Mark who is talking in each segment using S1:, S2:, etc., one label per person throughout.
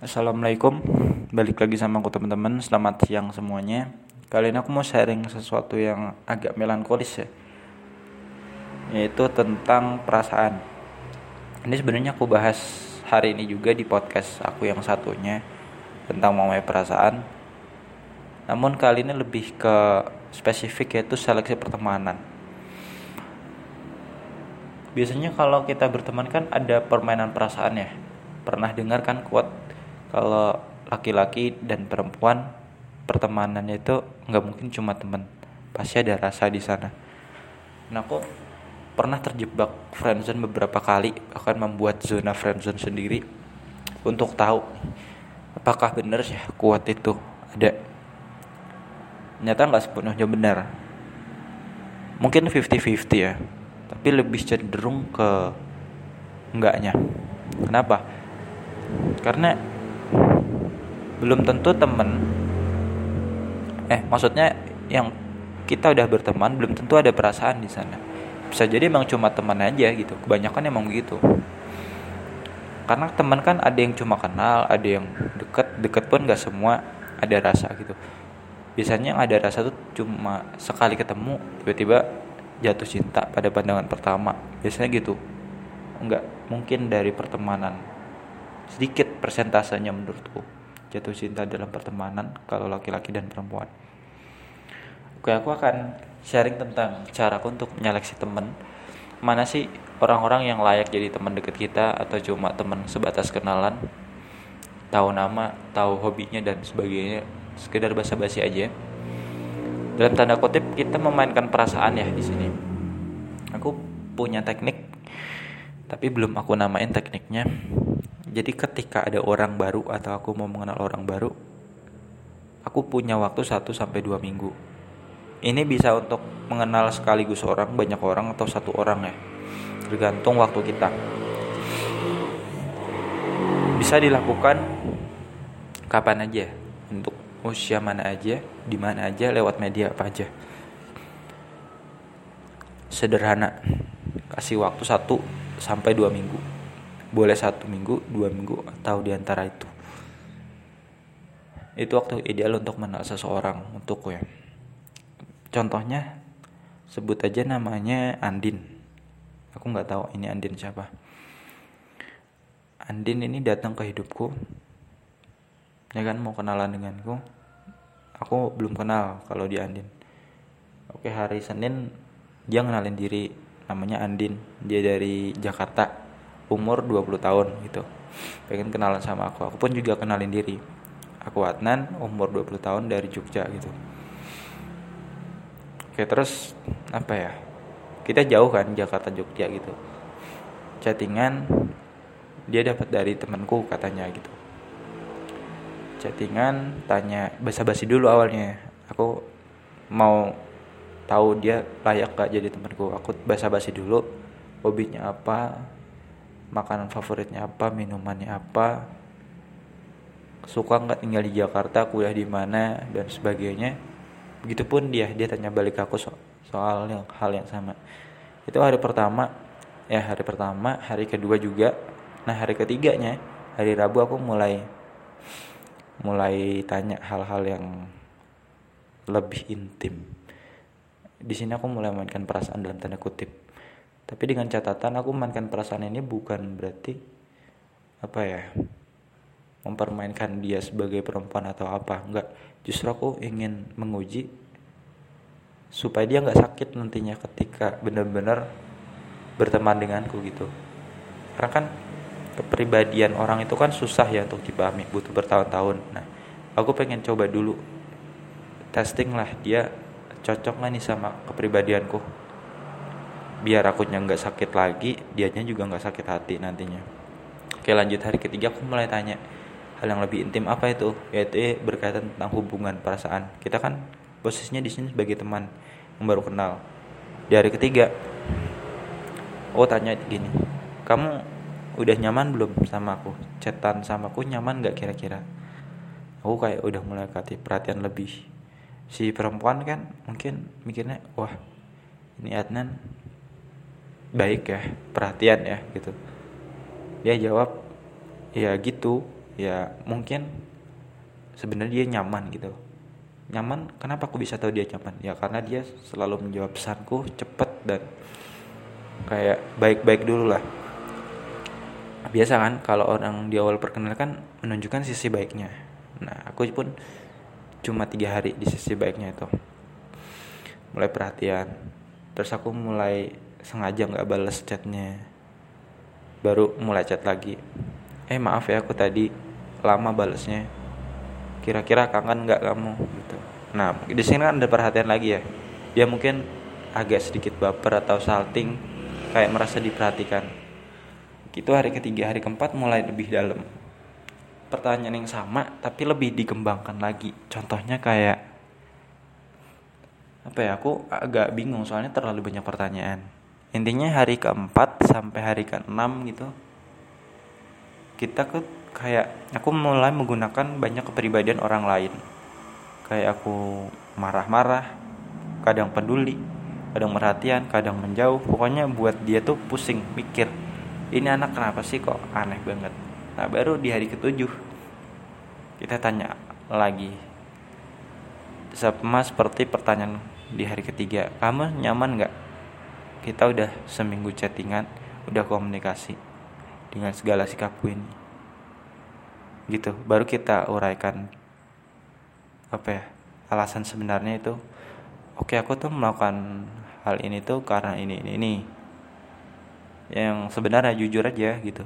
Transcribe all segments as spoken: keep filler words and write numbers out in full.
S1: Assalamualaikum, balik lagi sama aku teman-teman. Selamat siang semuanya. Kali ini aku mau sharing sesuatu yang agak melankolis ya, yaitu tentang perasaan. Ini sebenarnya aku bahas hari ini juga di podcast aku yang satunya tentang mengenai perasaan. Namun kali ini lebih ke spesifik, yaitu seleksi pertemanan. Biasanya kalau kita berteman kan ada permainan perasaan ya. Pernah dengar kan quote kalau laki-laki dan perempuan pertemanannya itu nggak mungkin cuma teman, pasti ada rasa di sana. Nah, aku pernah terjebak friendzone beberapa kali, akan membuat zona friendzone sendiri untuk tahu apakah benar ya kuat itu ada. Ternyata nggak sepenuhnya benar, mungkin fifty-fifty ya, tapi lebih cenderung ke enggaknya. Kenapa? Karena belum tentu temen eh maksudnya yang kita udah berteman belum tentu ada perasaan di sana. Bisa jadi emang cuma teman aja gitu. Kebanyakan emang gitu. Karena teman kan ada yang cuma kenal, ada yang deket, deket pun nggak semua ada rasa gitu. Biasanya yang ada rasa tuh cuma sekali ketemu tiba-tiba jatuh cinta pada pandangan pertama. Biasanya gitu. Enggak mungkin dari pertemanan. Sedikit persentasenya menurutku jatuh cinta dalam pertemanan kalau laki-laki dan perempuan. Oke, aku akan sharing tentang caraku untuk menyeleksi teman. Mana sih orang-orang yang layak jadi teman dekat kita, atau cuma teman sebatas kenalan, tahu nama, tahu hobinya dan sebagainya, sekedar basa-basi aja. Dalam tanda kutip kita memainkan perasaan ya di sini. Aku punya teknik, tapi belum aku namain tekniknya. Jadi ketika ada orang baru atau aku mau mengenal orang baru, aku punya waktu satu sampai dua minggu. Ini bisa untuk mengenal sekaligus orang, banyak orang, atau satu orang ya. Tergantung waktu kita. Bisa dilakukan kapan aja, untuk usia mana aja, di mana aja, lewat media apa aja. Sederhana. Kasih waktu satu sampai dua minggu. Boleh satu minggu, dua minggu, atau diantara itu. Itu waktu ideal untuk mengenal seseorang untukku ya. Contohnya, sebut aja namanya Andin. Aku nggak tahu ini Andin siapa. Andin ini datang ke hidupku, ya kan, mau kenalan denganku. Aku belum kenal kalau dia Andin. Oke, hari Senin dia ngenalin diri, namanya Andin. Dia dari Jakarta. Umur dua puluh tahun gitu. Pengen kenalan sama aku. Aku pun juga kenalin diri. Aku Adnan, umur dua puluh tahun, dari Jogja gitu. Oke, terus apa ya? Kita jauh kan, Jakarta Jogja gitu. Chattingan dia dapat dari temanku katanya gitu. Chattingan, tanya basa-basi dulu awalnya. Aku mau tahu dia layak gak jadi temanku. Aku basa-basi dulu. Hobinya apa? Makanan favoritnya apa, minumannya apa, suka nggak tinggal di Jakarta, kuliah di mana, dan sebagainya. Begitupun dia, dia tanya balik aku so- soal yang hal yang sama. Itu hari pertama, ya hari pertama, hari kedua juga. Nah hari ketiganya, hari Rabu aku mulai mulai tanya hal-hal yang lebih intim. Di sini aku mulai mainkan perasaan dalam tanda kutip. Tapi dengan catatan aku memainkan perasaan ini bukan berarti apa ya, mempermainkan dia sebagai perempuan atau apa. Enggak, justru aku ingin menguji supaya dia gak sakit nantinya ketika benar-benar berteman denganku gitu. Karena kan kepribadian orang itu kan susah ya untuk dipahami, butuh bertahun-tahun. Nah aku pengen coba dulu, testing lah dia cocok gak nih sama kepribadianku, biar akunya gak sakit lagi, dianya juga gak sakit hati nantinya. Oke, lanjut hari ketiga aku mulai tanya hal yang lebih intim. Apa itu? Yaitu berkaitan tentang hubungan perasaan. Kita kan posisinya di sini sebagai teman yang baru kenal. Di hari ketiga, oh tanya gini, kamu udah nyaman belum sama aku? Chatan sama aku nyaman gak kira-kira? Aku kayak udah mulai kasih perhatian lebih. Si perempuan kan mungkin mikirnya, wah ini Adnan baik ya, perhatian ya gitu. Dia jawab, ya gitu, Ya mungkin sebenarnya dia nyaman gitu. Nyaman, kenapa aku bisa tahu dia nyaman? Ya karena dia selalu menjawab pesanku cepet dan kayak baik-baik dulu lah. Biasa kan kalau orang di awal perkenalan kan menunjukkan sisi baiknya. Nah aku pun cuma tiga hari di sisi baiknya itu. Mulai perhatian. Terus aku mulai sengaja gak bales chatnya. Baru mulai chat lagi. Eh maaf ya aku tadi lama balesnya. Kira-kira kangen gak kamu gitu. Nah di sini kan ada perhatian lagi ya. Dia mungkin agak sedikit baper atau salting, kayak merasa diperhatikan. Itu hari ketiga, hari keempat mulai lebih dalam. Pertanyaan yang sama tapi lebih dikembangkan lagi. Contohnya kayak apa ya, aku agak bingung soalnya terlalu banyak pertanyaan. Intinya hari keempat sampai hari keenam gitu, kita ke kayak aku mulai menggunakan banyak kepribadian orang lain. Kayak aku marah-marah, kadang peduli, kadang perhatian, kadang menjauh. Pokoknya buat dia tuh pusing mikir, ini anak kenapa sih kok aneh banget. Nah baru di hari ketujuh kita tanya lagi, sama seperti pertanyaan di hari ketiga, kamu nyaman gak? Kita udah seminggu chattingan, udah komunikasi dengan segala sikapku ini gitu. Baru kita uraikan apa ya, alasan sebenarnya itu. Oke aku tuh melakukan hal ini tuh karena ini ini ini yang sebenarnya jujur aja gitu.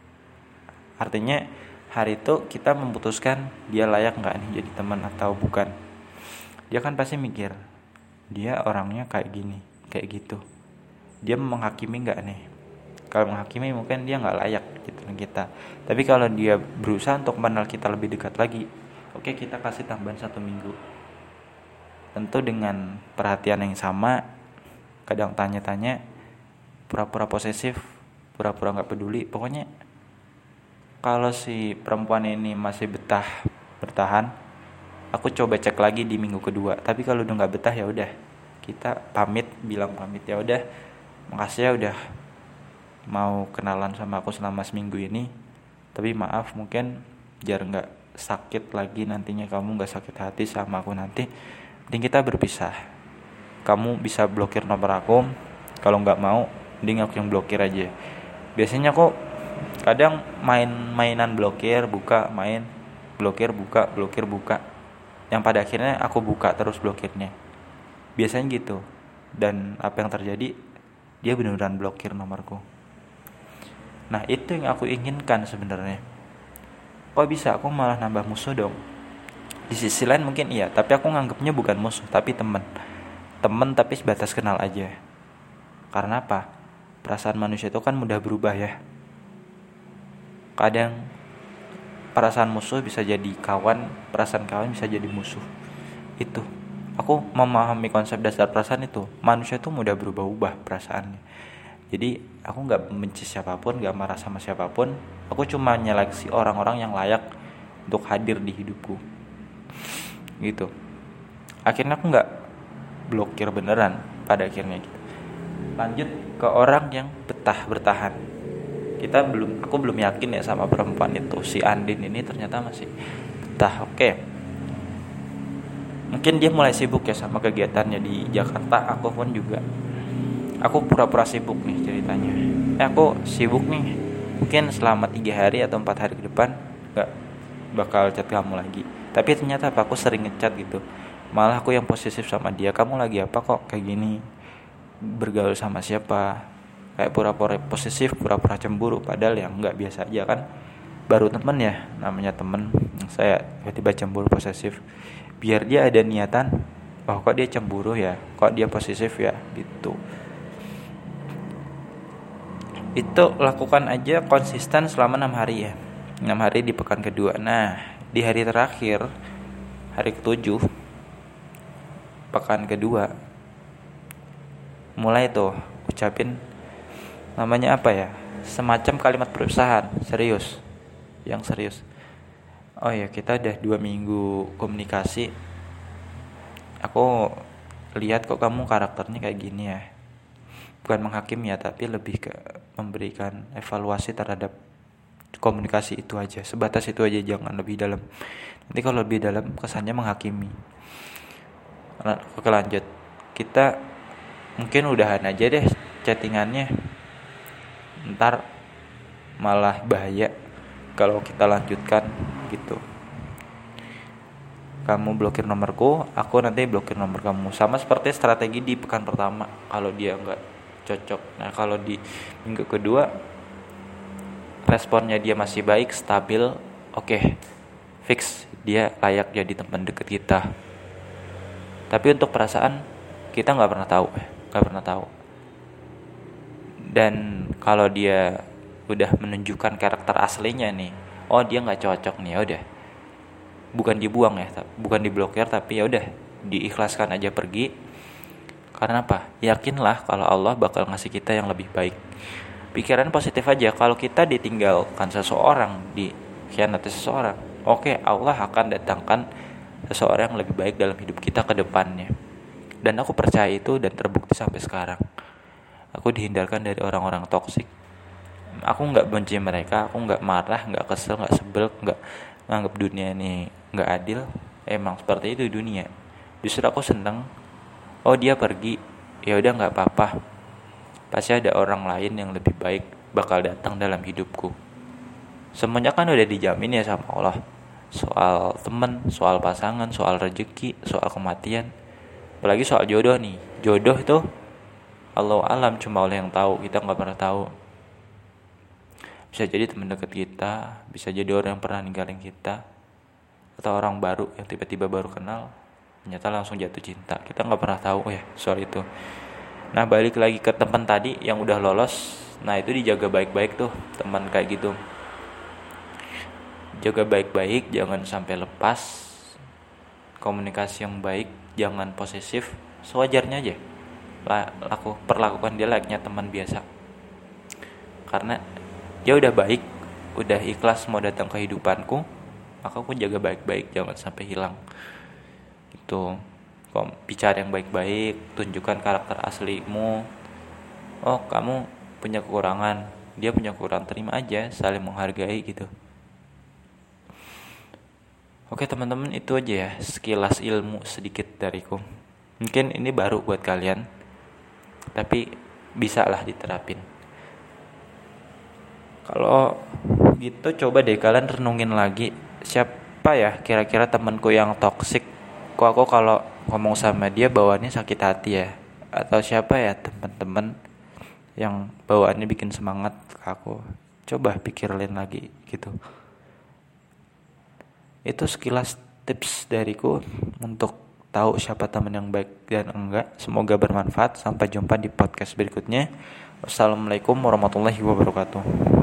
S1: Artinya hari itu kita memutuskan dia layak gak nih jadi teman atau bukan. Dia kan pasti mikir, dia orangnya kayak gini, kayak gitu, dia menghakimi gak nih? Kalau menghakimi mungkin dia gak layak gitu kita. Tapi kalau dia berusaha untuk mengenal kita lebih dekat lagi, oke kita kasih tambahan satu minggu. Tentu dengan perhatian yang sama, kadang tanya-tanya, pura-pura posesif, pura-pura gak peduli. Pokoknya kalau si perempuan ini masih betah bertahan, aku coba cek lagi di minggu kedua. Tapi kalau udah nggak betah ya udah, kita pamit, bilang pamit, ya udah, makasih ya udah mau kenalan sama aku selama seminggu ini. Tapi maaf mungkin biar nggak sakit lagi nantinya, kamu nggak sakit hati sama aku nanti, mending kita berpisah. Kamu bisa blokir nomor aku, kalau nggak mau, mending aku yang blokir aja. Biasanya kok kadang main-mainan blokir, buka, main, blokir, buka, blokir, buka. Yang pada akhirnya aku buka terus blokirnya. Biasanya gitu. Dan apa yang terjadi, dia beneran blokir nomorku. Nah itu yang aku inginkan sebenarnya. Kok bisa aku malah nambah musuh dong? Di sisi lain mungkin iya, tapi aku nganggapnya bukan musuh, tapi teman. Teman tapi sebatas kenal aja. Karena apa? Perasaan manusia itu kan mudah berubah ya. Kadang perasaan musuh bisa jadi kawan, perasaan kawan bisa jadi musuh. Itu aku memahami konsep dasar perasaan itu. Manusia itu mudah berubah-ubah perasaannya. Jadi aku gak membenci siapapun, gak marah sama siapapun. Aku cuma nyeleksi orang-orang yang layak untuk hadir di hidupku gitu. Akhirnya aku gak blokir beneran pada akhirnya gitu. Lanjut ke orang yang betah bertahan. Kita belum, aku belum yakin ya sama perempuan itu. Si Andin ini ternyata masih betah. Oke, mungkin dia mulai sibuk ya sama kegiatannya di Jakarta. Aku pun juga. Aku pura-pura sibuk nih ceritanya. Eh aku sibuk nih. Mungkin selama tiga hari atau empat hari ke depan gak bakal chat kamu lagi. Tapi ternyata apa, aku sering ngechat gitu. Malah aku yang posesif sama dia. Kamu lagi apa kok kayak gini? Bergaul sama siapa? Kayak pura-pura posesif, pura-pura cemburu. Padahal yang enggak, biasa aja kan. Baru temen ya, namanya temen. Saya tiba-tiba cemburu posesif. Biar dia ada niatan, oh kok dia cemburu ya, kok dia posesif ya gitu. Itu lakukan aja konsisten selama enam hari ya. enam hari di pekan kedua. Nah di hari terakhir, hari ketujuh pekan kedua, mulai tuh ucapin namanya apa ya, semacam kalimat perusahaan, serius, yang serius. Oh ya kita udah dua minggu komunikasi, aku lihat kok kamu karakternya kayak gini ya. Bukan menghakimi ya, tapi lebih ke memberikan evaluasi terhadap komunikasi itu aja, sebatas itu aja, jangan lebih dalam. Nanti kalau lebih dalam kesannya menghakimi. Oke, lanjut. Kita mungkin udahan aja deh chattingannya, ntar malah bahaya kalau kita lanjutkan gitu. Kamu blokir nomorku, aku nanti blokir nomor kamu. Sama seperti strategi di pekan pertama, kalau dia nggak cocok. Nah kalau di minggu kedua responnya dia masih baik, stabil, oke, okay, fix dia layak jadi teman deket kita. Tapi untuk perasaan kita nggak pernah tahu, nggak pernah tahu. Dan kalau dia udah menunjukkan karakter aslinya nih, oh dia nggak cocok nih, ya udah, bukan dibuang ya, bukan diblokir, tapi ya udah diikhlaskan aja pergi. Karena apa? Yakinlah kalau Allah bakal ngasih kita yang lebih baik. Pikiran positif aja. Kalau kita ditinggalkan seseorang, dikhianati seseorang, oke, okay, Allah akan datangkan seseorang yang lebih baik dalam hidup kita ke depannya. Dan aku percaya itu dan terbukti sampai sekarang. Aku dihindarkan dari orang-orang toksik. Aku nggak benci mereka, aku nggak marah, nggak kesel, nggak sebel, nggak nganggap dunia ini nggak adil. Emang seperti itu dunia. Justru aku seneng. Oh dia pergi, ya udah nggak apa-apa. Pasti ada orang lain yang lebih baik bakal datang dalam hidupku. Semuanya kan udah dijamin ya sama Allah. Soal teman, soal pasangan, soal rezeki, soal kematian. Apalagi soal jodoh nih. Jodoh itu Allah alam, cuma Allah yang tahu, kita nggak pernah tahu. Bisa jadi teman dekat kita, bisa jadi orang yang pernah ninggalin kita, atau orang baru yang tiba-tiba baru kenal, ternyata langsung jatuh cinta. Kita nggak pernah tahu ya soal itu. Nah balik lagi ke teman tadi yang udah lolos, nah itu dijaga baik-baik tuh teman kayak gitu. Jaga baik-baik, jangan sampai lepas. Komunikasi yang baik, jangan posesif, sewajarnya aja. Laku, perlakukan dia layaknya teman biasa. Karena dia udah baik, udah ikhlas mau datang ke hidupanku, maka aku jaga baik-baik, jangan sampai hilang. Itu, bicara yang baik-baik, tunjukkan karakter aslimu. Oh, kamu punya kekurangan, dia punya kekurangan, terima aja, saling menghargai gitu. Oke teman-teman, itu aja ya sekilas ilmu sedikit dariku. Mungkin ini baru buat kalian, tapi bisa lah diterapin. Kalau gitu coba deh kalian renungin lagi, siapa ya kira-kira temanku yang toksik. Kok aku kalau ngomong sama dia bawaannya sakit hati ya? Atau siapa ya teman-teman yang bawaannya bikin semangat ke aku? Coba pikirin lagi gitu. Itu sekilas tips dariku untuk tahu siapa teman yang baik dan enggak. Semoga bermanfaat. Sampai jumpa di podcast berikutnya. Wassalamualaikum warahmatullahi wabarakatuh.